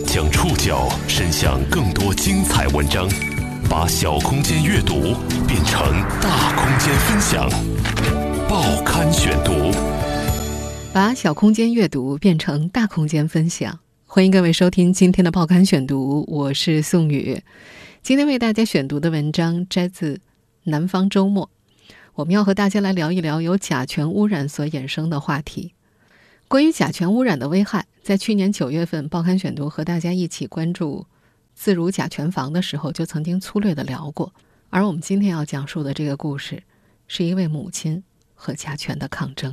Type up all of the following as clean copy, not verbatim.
将触角伸向更多精彩文章，把小空间阅读变成大空间分享。报刊选读， 把小空间阅读变成大空间分享。欢迎各位收听今天的报刊选读，我是宋宇。今天为大家选读的文章摘自《南方周末》，我们要和大家来聊一聊由甲醛污染所衍生的话题。关于甲醛污染的危害，在去年9月份报刊选读和大家一起关注自如甲醛房的时候，就曾经粗略地聊过。而我们今天要讲述的这个故事，是一位母亲和甲醛的抗争。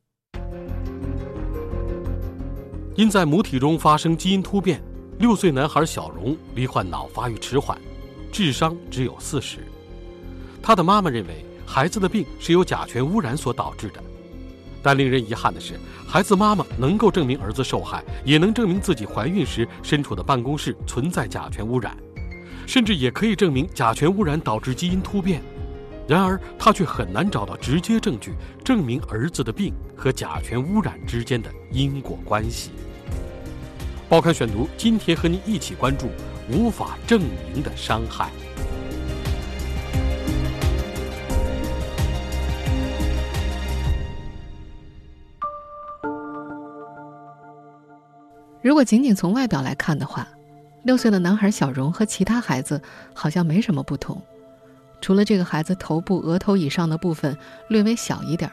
因在母体中发生基因突变，6岁男孩小荣罹患脑发育迟缓，智商只有40。他的妈妈认为孩子的病是由甲醛污染所导致的，但令人遗憾的是，孩子妈妈能够证明儿子受害，也能证明自己怀孕时身处的办公室存在甲醛污染，甚至也可以证明甲醛污染导致基因突变。然而他却很难找到直接证据证明儿子的病和甲醛污染之间的因果关系。报刊选读今天和您一起关注无法证明的伤害。 如果仅仅从外表来看的话，6岁的男孩小荣和其他孩子好像没什么不同，除了这个孩子头部额头以上的部分略微小一点。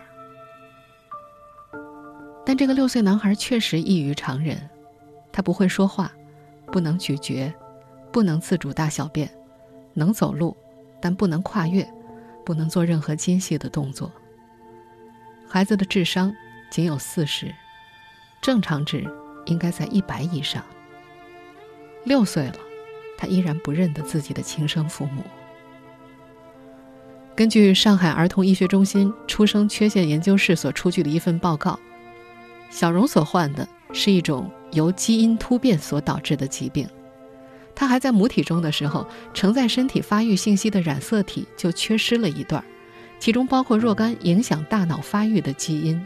但这个6岁男孩确实异于常人，他不会说话，不能咀嚼，不能自主大小便，能走路，但不能跨越，不能做任何精细的动作。孩子的智商仅有40，正常值应该在100以上。6岁了，他依然不认得自己的亲生父母。根据上海儿童医学中心出生缺陷研究室所出具的一份报告，小荣所患的是一种由基因突变所导致的疾病。他还在母体中的时候，承载身体发育信息的染色体就缺失了一段，其中包括若干影响大脑发育的基因。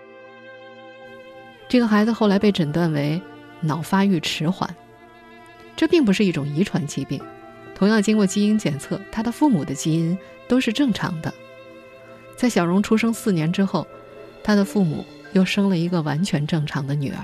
这个孩子后来被诊断为脑发育迟缓，这并不是一种遗传疾病，同样经过基因检测，他的父母的基因都是正常的。在小荣出生4年之后，他的父母又生了一个完全正常的女儿。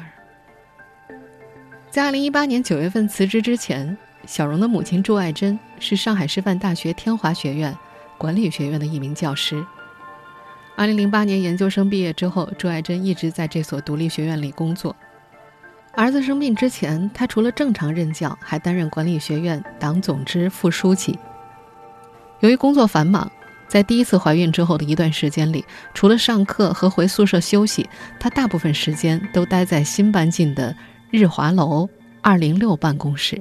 在2018年9月份辞职之前，小荣的母亲祝爱珍是上海师范大学天华学院管理学院的一名教师。2008年研究生毕业之后，祝爱珍一直在这所独立学院里工作。儿子生病之前，他除了正常任教，还担任管理学院党总支副书记。由于工作繁忙，在第一次怀孕之后的一段时间里，除了上课和回宿舍休息，他大部分时间都待在新搬进的日华楼206办公室。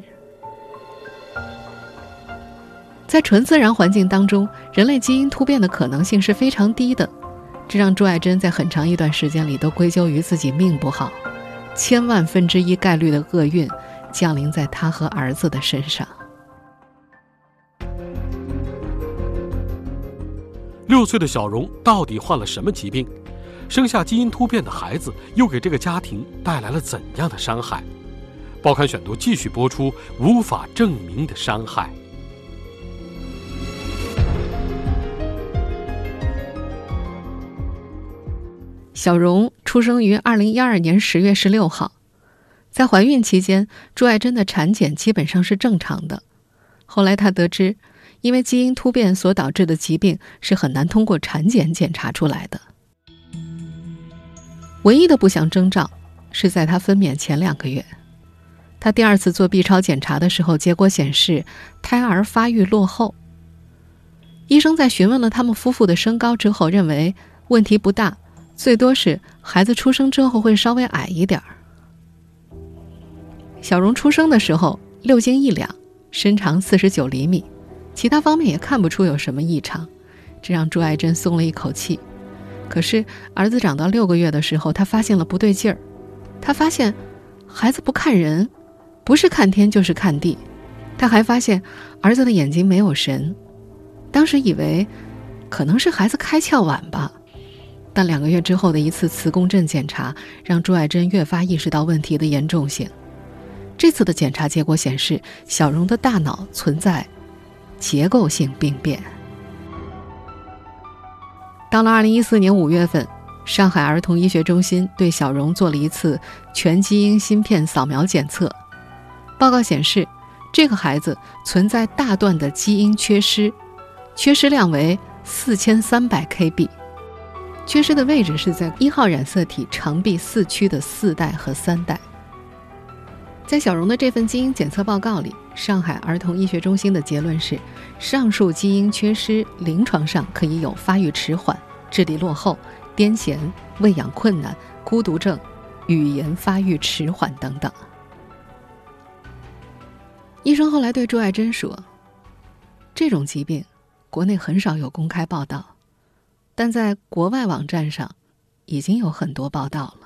在纯自然环境当中，人类基因突变的可能性是非常低的，这让祝爱珍在很长一段时间里都归咎于自己命不好，千万分之一概率的厄运降临在他和儿子的身上。 6岁的小荣到底患了什么疾病？生下基因突变的孩子又给这个家庭带来了怎样的伤害？报刊选读继续播出无法证明的伤害。 小荣出生于2012年10月16号，在怀孕期间，祝爱珍的产检基本上是正常的。后来她得知，因为基因突变所导致的疾病是很难通过产检检查出来的。唯一的不祥征兆是在她分娩前2个月，她第2次做 B 超检查的时候，结果显示胎儿发育落后。医生在询问了他们夫妇的身高之后，认为问题不大，最多是孩子出生之后会稍微矮一点。小荣出生的时候6斤1两，身长49厘米，其他方面也看不出有什么异常，这让祝爱珍松了一口气。可是儿子长到6个月的时候，他发现了不对劲儿。他发现孩子不看人，不是看天就是看地。他还发现儿子的眼睛没有神，当时以为可能是孩子开窍晚吧。但2个月之后的一次磁共振检查，让祝爱珍越发意识到问题的严重性。 这次的检查结果显示，小荣的大脑存在结构性病变。到了2014年5月份，上海儿童医学中心对小荣做了一次全基因芯片扫描检测，报告显示，这个孩子存在大段的基因缺失，缺失量为4300 KB， 缺失的位置是在1号染色体长臂4区的4代和3代。在小荣的这份基因检测报告里，上海儿童医学中心的结论是，上述基因缺失临床上可以有发育迟缓、智力落后、癫痫、喂养困难、孤独症、语言发育迟缓等等。医生后来对朱爱珍说，这种疾病国内很少有公开报道，但在国外网站上已经有很多报道了。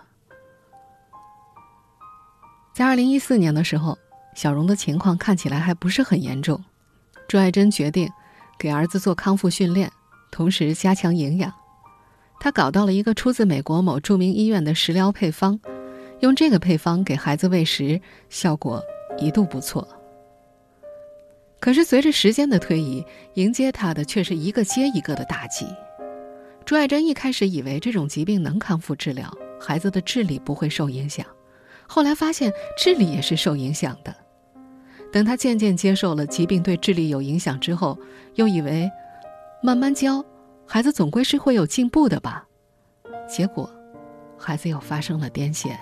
在2014年的时候，小荣的情况看起来还不是很严重，朱爱珍决定给儿子做康复训练，同时加强营养。他搞到了一个出自美国某著名医院的食疗配方，用这个配方给孩子喂食，效果一度不错。可是随着时间的推移，迎接他的却是一个接一个的打击。朱爱珍一开始以为这种疾病能康复治疗，孩子的智力不会受影响，后来发现智力也是受影响的。等他渐渐接受了疾病对智力有影响之后，又以为慢慢教，孩子总归是会有进步的吧。结果孩子又发生了癫痫。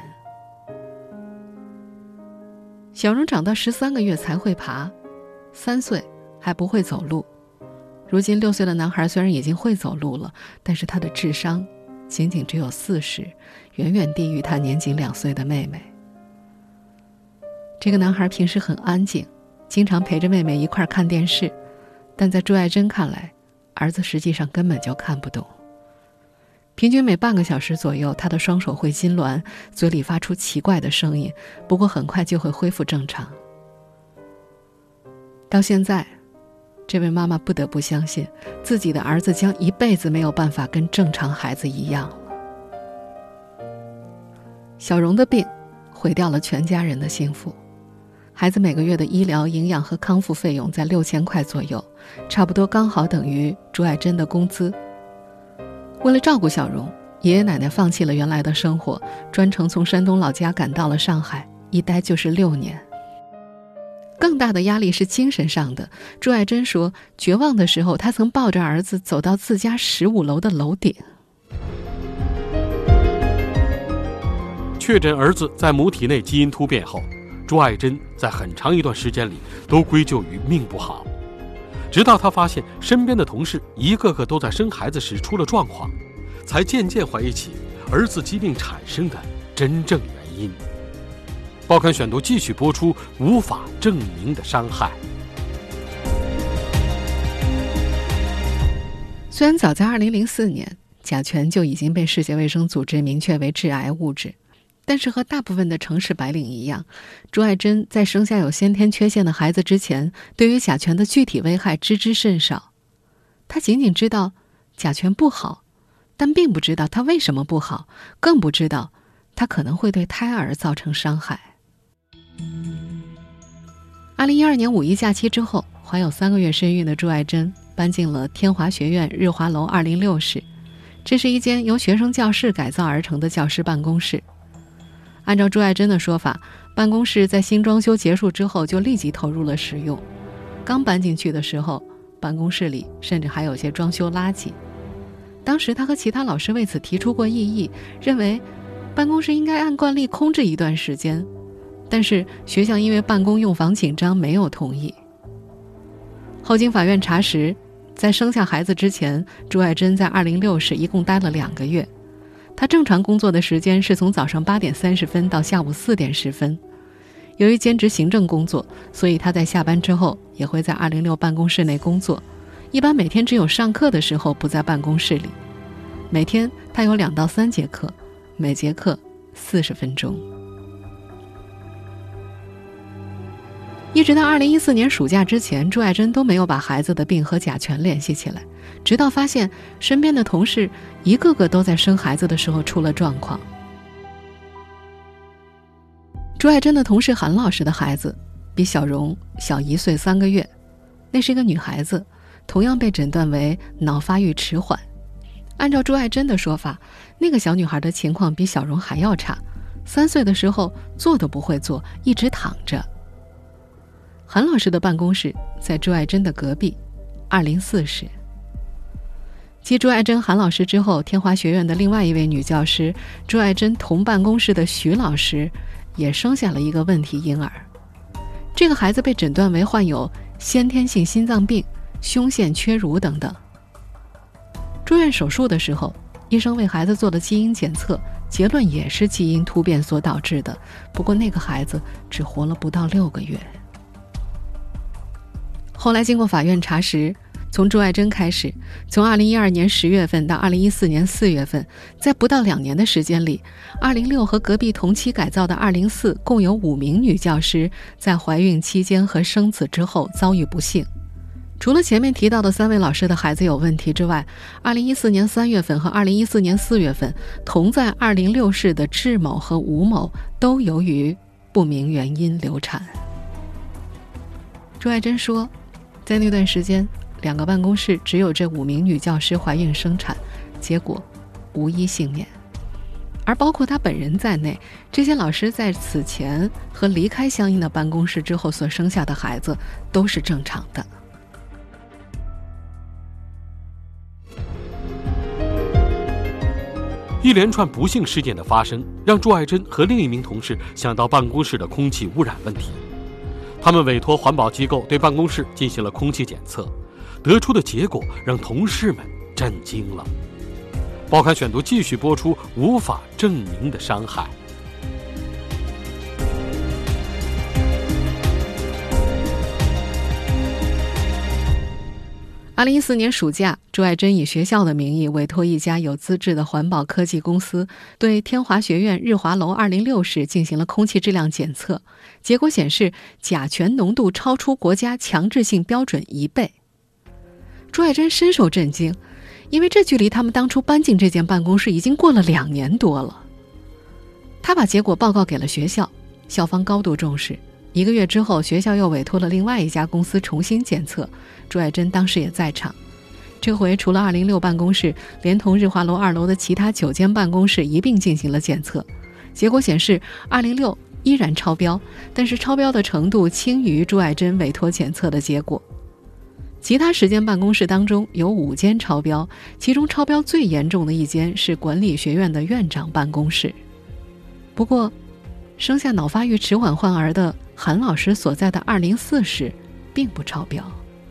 小荣长到13个月才会爬，3岁还不会走路。如今6岁的男孩虽然已经会走路了，但是他的智商仅仅只有40，远远低于他年仅2岁的妹妹。这个男孩平时很安静，经常陪着妹妹一块看电视，但在朱爱珍看来，儿子实际上根本就看不懂。平均每半个小时左右，他的双手会痉挛，嘴里发出奇怪的声音，不过很快就会恢复正常。到现在，这位妈妈不得不相信，自己的儿子将一辈子没有办法跟正常孩子一样了。小荣的病毁掉了全家人的幸福，孩子每个月的医疗、营养和康复费用在6000块左右，差不多刚好等于朱爱珍的工资。为了照顾小荣，爷爷奶奶放弃了原来的生活，专程从山东老家赶到了上海，一待就是6年。更大的压力是精神上的。朱爱珍说，绝望的时候，她曾抱着儿子走到自家15楼的楼顶。 确诊儿子在母体内基因突变后，朱爱珍在很长一段时间里都归咎于命不好，直到她发现身边的同事一个个都在生孩子时出了状况，才渐渐怀疑起儿子疾病产生的真正原因。报刊选读继续播出无法证明的伤害。 虽然早在2004年，甲醛就已经被世界卫生组织明确为致癌物质，但是和大部分的城市白领一样，朱爱珍在生下有先天缺陷的孩子之前，对于甲醛的具体危害知之甚少。她仅仅知道甲醛不好，但并不知道它为什么不好，更不知道它可能会对胎儿造成伤害。2012年5一假期之后，怀有3个月身孕的朱爱珍搬进了天华学院日华楼206室，这是一间由学生教室改造而成的教师办公室。按照朱爱珍的说法，办公室在新装修结束之后就立即投入了使用。刚搬进去的时候，办公室里甚至还有些装修垃圾。当时他和其他老师为此提出过异议，认为办公室应该按惯例空置一段时间，但是学校因为办公用房紧张没有同意。后经法院查实，在生下孩子之前，朱爱珍在206室一共待了2个月。她正常工作的时间是从早上8点30分到下午4点10分。由于兼职行政工作，所以她在下班之后也会在206办公室内工作，一般每天只有上课的时候不在办公室里。每天她有2到3节课，每节课40分钟。一直到2014年暑假之前，朱爱珍都没有把孩子的病和甲醛联系起来，直到发现身边的同事一个个都在生孩子的时候出了状况。 朱爱珍的同事韩老师的孩子比小荣小1岁3个月，那是一个女孩子，同样被诊断为脑发育迟缓。按照朱爱珍的说法，那个小女孩的情况比小荣还要差，3岁的时候坐都不会坐，一直躺着。韩老师的办公室在朱爱珍的隔壁204室。继朱爱珍、韩老师之后，天华学院的另外一位女教师，朱爱珍同办公室的徐老师，也生下了一个问题婴儿。这个孩子被诊断为患有先天性心脏病、胸腺缺乳等等。住院手术的时候，医生为孩子做了基因检测，结论也是基因突变所导致的。不过那个孩子只活了不到6个月。后来经过法院查实，从朱爱珍开始，从2012年10月份到2014年4月份，在不到2年的时间里，206和隔壁同期改造的204共有5名女教师在怀孕期间和生子之后遭遇不幸。除了前面提到的3位老师的孩子有问题之外，2014年3月份和2014年4月份，同在206室的智某和吴某都由于不明原因流产。朱爱珍说，在那段时间，2个办公室只有这5名女教师怀孕生产，结果无一幸免。而包括她本人在内，这些老师在此前和离开相应的办公室之后所生下的孩子都是正常的。 一连串不幸事件的发生，让朱爱珍和另一名同事想到办公室的空气污染问题。他们委托环保机构对办公室进行了空气检测，得出的结果让同事们震惊了。报刊选读继续播出无法证明的伤害。 2014年暑假，朱爱珍以学校的名义委托一家有资质的环保科技公司对天华学院日华楼206室进行了空气质量检测，结果显示甲醛浓度超出国家强制性标准1倍。朱爱珍深受震惊，因为这距离他们当初搬进这间办公室已经过了2年多了。他把结果报告给了学校，校方高度重视。1个月之后，学校又委托了另外一家公司重新检测，朱爱珍当时也在场。这回除了206办公室，连同日华楼2楼的其他9间办公室一并进行了检测，结果显示206依然超标，但是超标的程度轻于朱爱珍委托检测的结果。其他10间办公室当中有5间超标，其中超标最严重的一间是管理学院的院长办公室。不过生下脑发育迟缓患儿的韩老师所在的204室并不超标。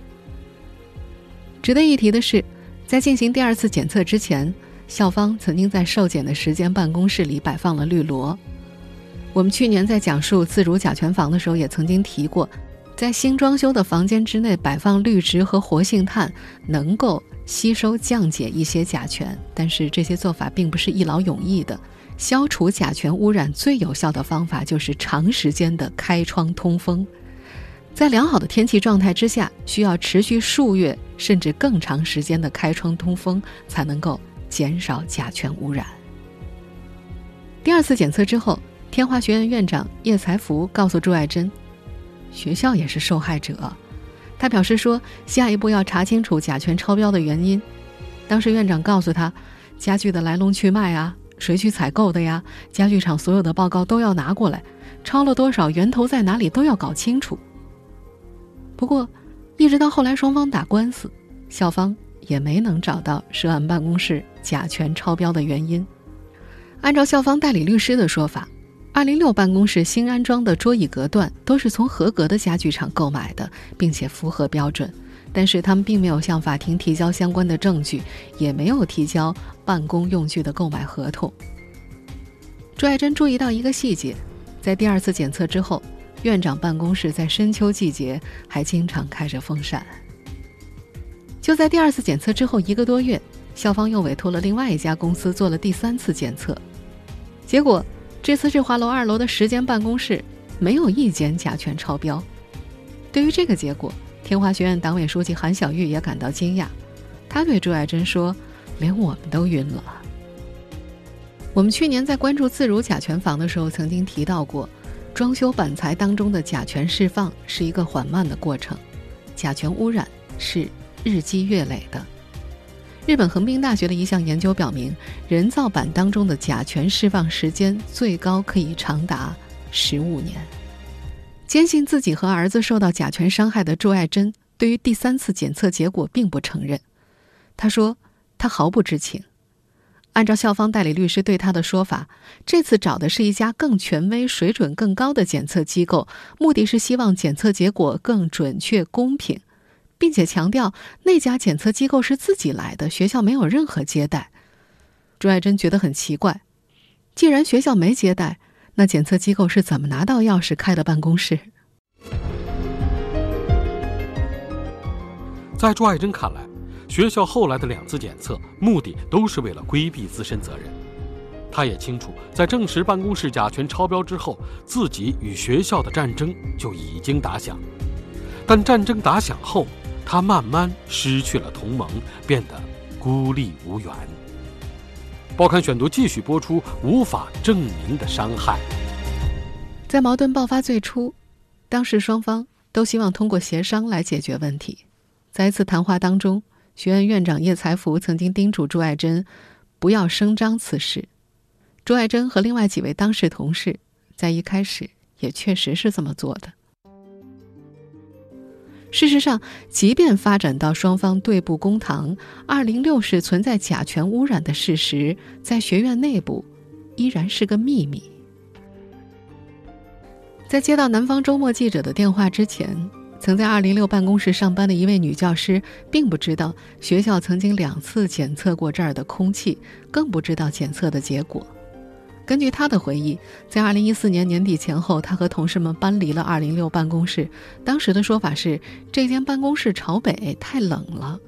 值得一提的是，在进行第2次检测之前，校方曾经在受检的10间办公室里摆放了绿萝。我们去年在讲述自如甲醛房的时候也曾经提过，在新装修的房间之内摆放绿植和活性炭能够吸收降解一些甲醛，但是这些做法并不是一劳永逸的。消除甲醛污染最有效的方法就是长时间的开窗通风。在良好的天气状态之下，需要持续数月甚至更长时间的开窗通风，才能够减少甲醛污染。第2次检测之后，天华学院院长叶才福告诉朱爱珍，学校也是受害者。他表示说，下一步要查清楚甲醛超标的原因。当时院长告诉他，家具的来龙去脉啊，谁去采购的呀，家具厂所有的报告都要拿过来，超了多少，源头在哪里都要搞清楚。不过一直到后来双方打官司，校方也没能找到涉案办公室甲醛超标的原因。按照校方代理律师的说法，206办公室新安装的桌椅隔断都是从合格的家具厂购买的，并且符合标准，但是他们并没有向法庭提交相关的证据，也没有提交办公用具的购买合同。朱爱珍注意到一个细节，在第2次检测之后，院长办公室在深秋季节还经常开着风扇。就在第2次检测之后1个多月，校方又委托了另外一家公司做了第3次检测，结果这次日华楼2楼的10间办公室没有1间甲醛超标。对于这个结果，天华学院党委书记韩小玉也感到惊讶，他对朱爱珍说，连我们都晕了。我们去年在关注自如甲醛房的时候曾经提到过， 装修板材当中的甲醛释放是一个缓慢的过程，甲醛污染是日积月累的。日本横滨大学的一项研究表明，人造板当中的甲醛释放时间最高可以长达15年。坚信自己和儿子受到甲醛伤害的朱爱珍对于第3次检测结果并不承认。他说他毫不知情。按照校方代理律师对他的说法，这次找的是一家更权威、水准更高的检测机构，目的是希望检测结果更准确、公平，并且强调那家检测机构是自己来的，学校没有任何接待。朱爱珍觉得很奇怪，既然学校没接待，那检测机构是怎么拿到钥匙开的办公室？ 在朱爱珍看来，学校后来的2次检测目的都是为了规避自身责任。他也清楚，在证实办公室甲醛超标之后，自己与学校的战争就已经打响。但战争打响后，他慢慢失去了同盟，变得孤立无援。报刊选读继续播出无法证明的伤害。 在矛盾爆发最初，当时双方都希望通过协商来解决问题。在一次谈话当中，学院院长叶才福曾经叮嘱朱爱珍不要声张此事。朱爱珍和另外几位当事同事在一开始也确实是这么做的。事实上，即便发展到双方对簿公堂，206室存在甲醛污染的事实在学院内部依然是个秘密。在接到南方周末记者的电话之前，曾在206办公室上班的一位女教师并不知道学校曾经2次检测过这儿的空气，更不知道检测的结果。根据她的回忆，在2014年年底前后，她和同事们搬离了206办公室，当时的说法是这间办公室朝北，太冷了。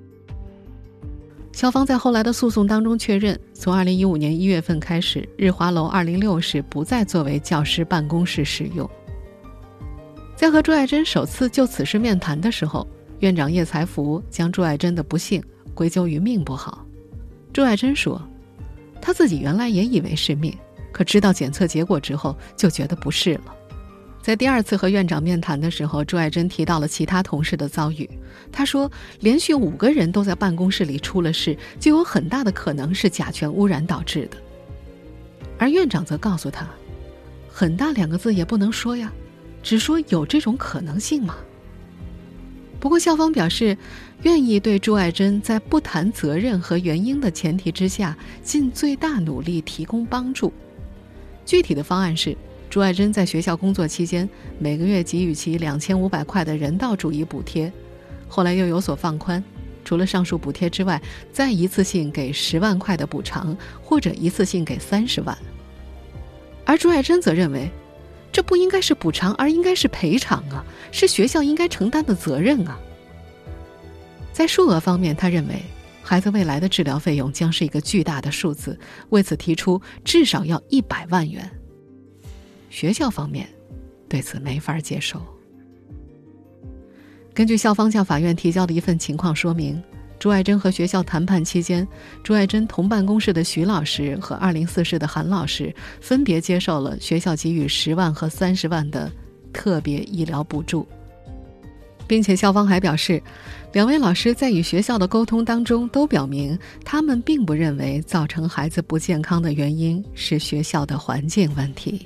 校方在后来的诉讼当中确认，从2015年1月份开始，日华楼206室不再作为教师办公室使用。在和朱爱珍首次就此事面谈的时候，院长叶才福将朱爱珍的不幸归咎于命不好。朱爱珍说，她自己原来也以为是命，可知道检测结果之后就觉得不是了。在第2次和院长面谈的时候，朱爱珍提到了其他同事的遭遇。她说，连续5个人都在办公室里出了事，就有很大的可能是甲醛污染导致的。而院长则告诉她，很大2个字也不能说呀，只说有这种可能性吗？不过校方表示，愿意对朱爱珍在不谈责任和原因的前提之下，尽最大努力提供帮助。具体的方案是，朱爱珍在学校工作期间，每个月给予其2500块的人道主义补贴，后来又有所放宽，除了上述补贴之外，再一次性给10万块的补偿，或者一次性给30万。而朱爱珍则认为，这不应该是补偿，而应该是赔偿啊，是学校应该承担的责任啊。在数额方面，他认为孩子未来的治疗费用将是一个巨大的数字，为此提出至少要100万元。学校方面对此没法接受。根据校方向法院提交的一份情况说明，朱爱珍和学校谈判期间，朱爱珍同办公室的徐老师和204室的韩老师分别接受了学校给予10万和30万的特别医疗补助，并且校方还表示，2位老师在与学校的沟通当中都表明，他们并不认为造成孩子不健康的原因是学校的环境问题。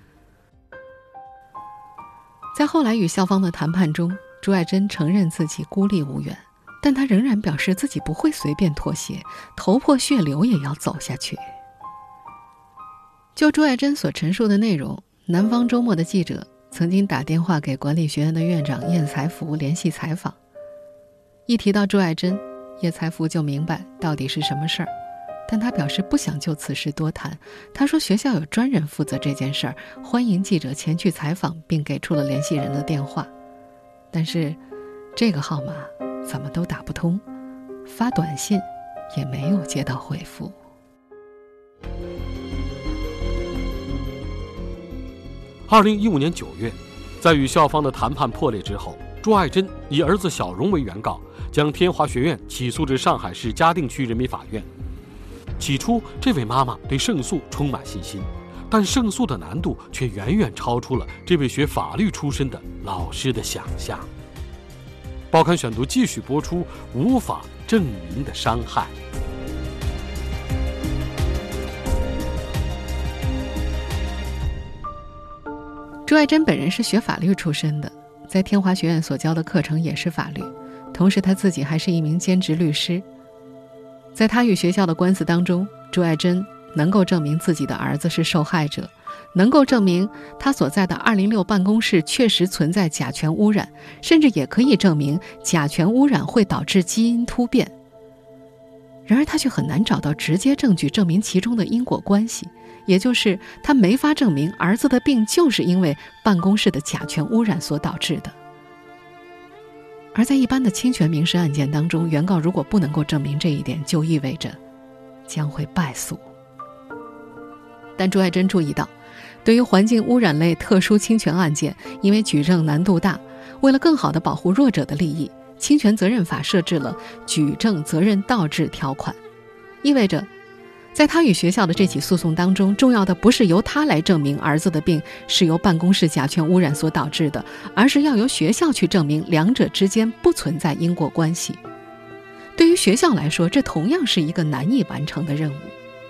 在后来与校方的谈判中，朱爱珍承认自己孤立无援，但她仍然表示自己不会随便妥协，头破血流也要走下去。就朱爱珍所陈述的内容，南方周末的记者曾经打电话给管理学院的院长叶才福联系采访。一提到朱爱珍，叶才福就明白到底是什么事儿，但他表示不想就此事多谈。他说学校有专人负责这件事儿，欢迎记者前去采访，并给出了联系人的电话。但是这个号码怎么都打不通，发短信也没有接到回复。 2015年9月，在与校方的谈判破裂之后，朱爱珍以儿子小荣为原告，将天华学院起诉至上海市嘉定区人民法院。起初，这位妈妈对胜诉充满信心， 但胜诉的难度却远远超出了这位学法律出身的老师的想象。报刊选读继续播出无法证明的伤害。 朱爱珍本人是学法律出身的，在天华学院所教的课程也是法律，同时他自己还是一名兼职律师。在他与学校的官司当中，朱爱珍能够证明自己的儿子是受害者，能够证明他所在的206办公室确实存在甲醛污染，甚至也可以证明甲醛污染会导致基因突变。然而他却很难找到直接证据证明其中的因果关系，也就是他没法证明儿子的病就是因为办公室的甲醛污染所导致的。而在一般的侵权民事案件当中，原告如果不能够证明这一点，就意味着将会败诉。但朱爱珍注意到，对于环境污染类特殊侵权案件，因为举证难度大，为了更好地保护弱者的利益，侵权责任法设置了举证责任倒置条款，意味着在他与学校的这起诉讼当中，重要的不是由他来证明儿子的病是由办公室甲醛污染所导致的，而是要由学校去证明两者之间不存在因果关系。对于学校来说，这同样是一个难以完成的任务。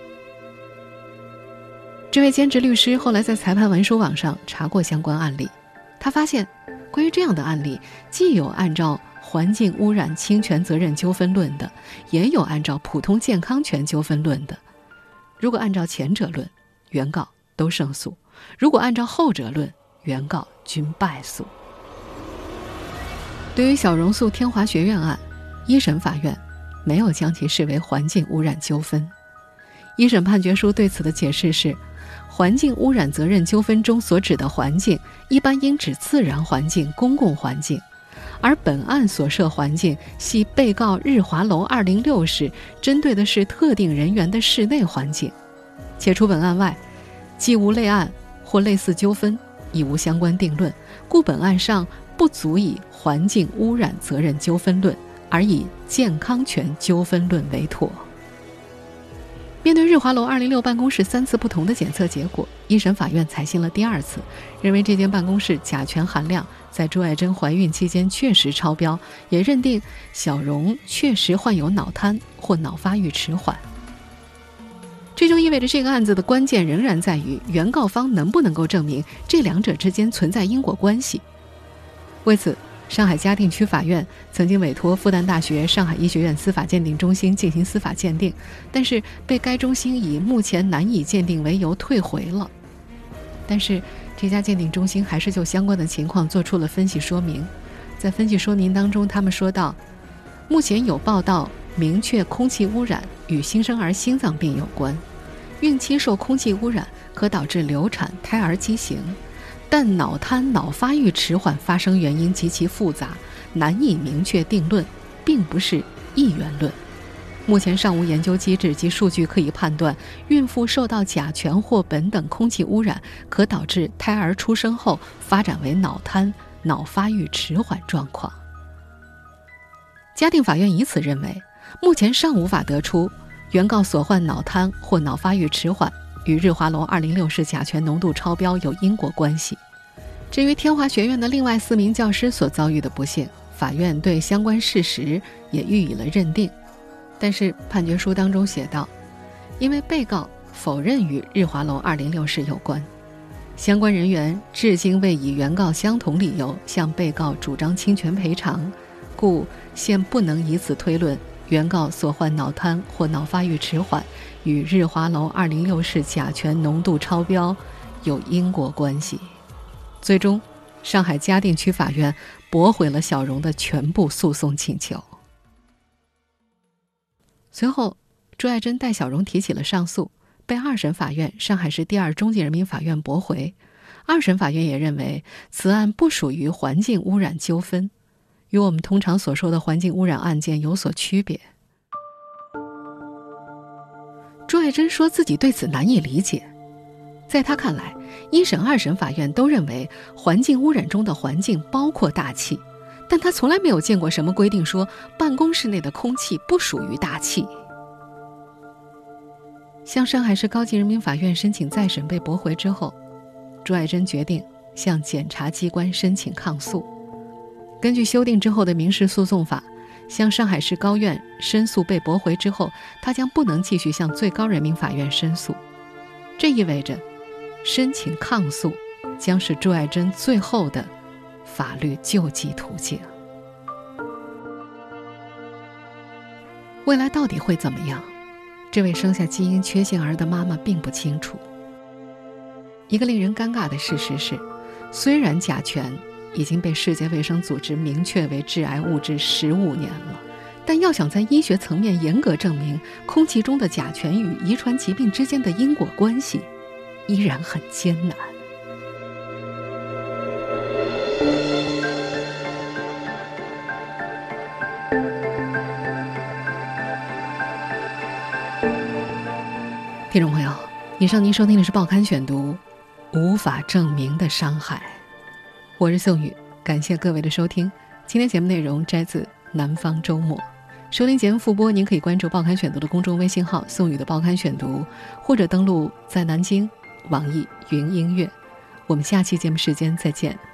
这位兼职律师后来在裁判文书网上查过相关案例，他发现关于这样的案例，既有按照环境污染侵权责任纠纷论的，也有按照普通健康权纠纷论的。如果按照前者论，原告都胜诉；如果按照后者论，原告均败诉。对于小荣诉天华学院案，一审法院没有将其视为环境污染纠纷。一审判决书对此的解释是，环境污染责任纠纷中所指的环境，一般应指自然环境、公共环境，而本案所涉环境系被告日华楼206室针对的是特定人员的室内环境，且除本案外，既无类案或类似纠纷，亦无相关定论，故本案上不足以环境污染责任纠纷论，而以健康权纠纷论为妥。面对日华楼206办公室3次不同的检测结果，一审法院采信了第2次，认为这间办公室甲醛含量在朱爱珍怀孕期间确实超标，也认定小荣确实患有脑瘫或脑发育迟缓。这就意味着这个案子的关键仍然在于原告方能不能够证明这两者之间存在因果关系。为此，上海嘉定区法院曾经委托复旦大学上海医学院司法鉴定中心进行司法鉴定，但是被该中心以目前难以鉴定为由退回了。但是这家鉴定中心还是就相关的情况做出了分析说明。在分析说明当中，他们说到，目前有报道明确空气污染与新生儿心脏病有关，孕期受空气污染可导致流产、胎儿畸形，但脑瘫、脑发育迟缓发生原因极其复杂，难以明确定论，并不是一元论。目前尚无研究机制及数据可以判断孕妇受到甲醛或苯等空气污染可导致胎儿出生后发展为脑瘫、脑发育迟缓状况。嘉定法院以此认为，目前尚无法得出原告所患脑瘫或脑发育迟缓与日华楼206室甲醛浓度超标有因果关系。至于天华学院的另外4名教师所遭遇的不幸，法院对相关事实也予以了认定。但是判决书当中写道，因为被告否认与日华楼206室有关，相关人员至今未以原告相同理由向被告主张侵权赔偿，故现不能以此推论原告所患脑瘫或脑发育迟缓与日华楼206室甲醛浓度超标有因果关系。最终，上海嘉定区法院驳回了小荣的全部诉讼请求。随后，朱爱珍代小荣提起了上诉，被2审法院上海市第2中级人民法院驳回。2审法院也认为此案不属于环境污染纠纷，与我们通常所说的环境污染案件有所区别。朱爱珍说自己对此难以理解，在他看来，1审、2审法院都认为环境污染中的环境包括大气，但他从来没有见过什么规定说办公室内的空气不属于大气。 向上海市高级人民法院申请再审被驳回之后，朱爱珍决定向检察机关申请抗诉。根据修订之后的民事诉讼法，向上海市高院申诉被驳回之后，他将不能继续向最高人民法院申诉。这意味着申请抗诉将是朱爱珍最后的法律救济途径。未来到底会怎么样？这位生下基因缺陷儿的妈妈并不清楚。一个令人尴尬的事实是，虽然甲醛已经被世界卫生组织明确为致癌物质15年了，但要想在医学层面严格证明空气中的甲醛与遗传疾病之间的因果关系，依然很艰难。听众朋友，以上您收听的是《报刊选读》，无法证明的伤害。我是宋宇，感谢各位的收听。今天节目内容摘自《南方周末》。收听节目复播，您可以关注《报刊选读》的公众微信号“宋宇的报刊选读”，或者登录在南京网易云音乐。我们下期节目时间再见。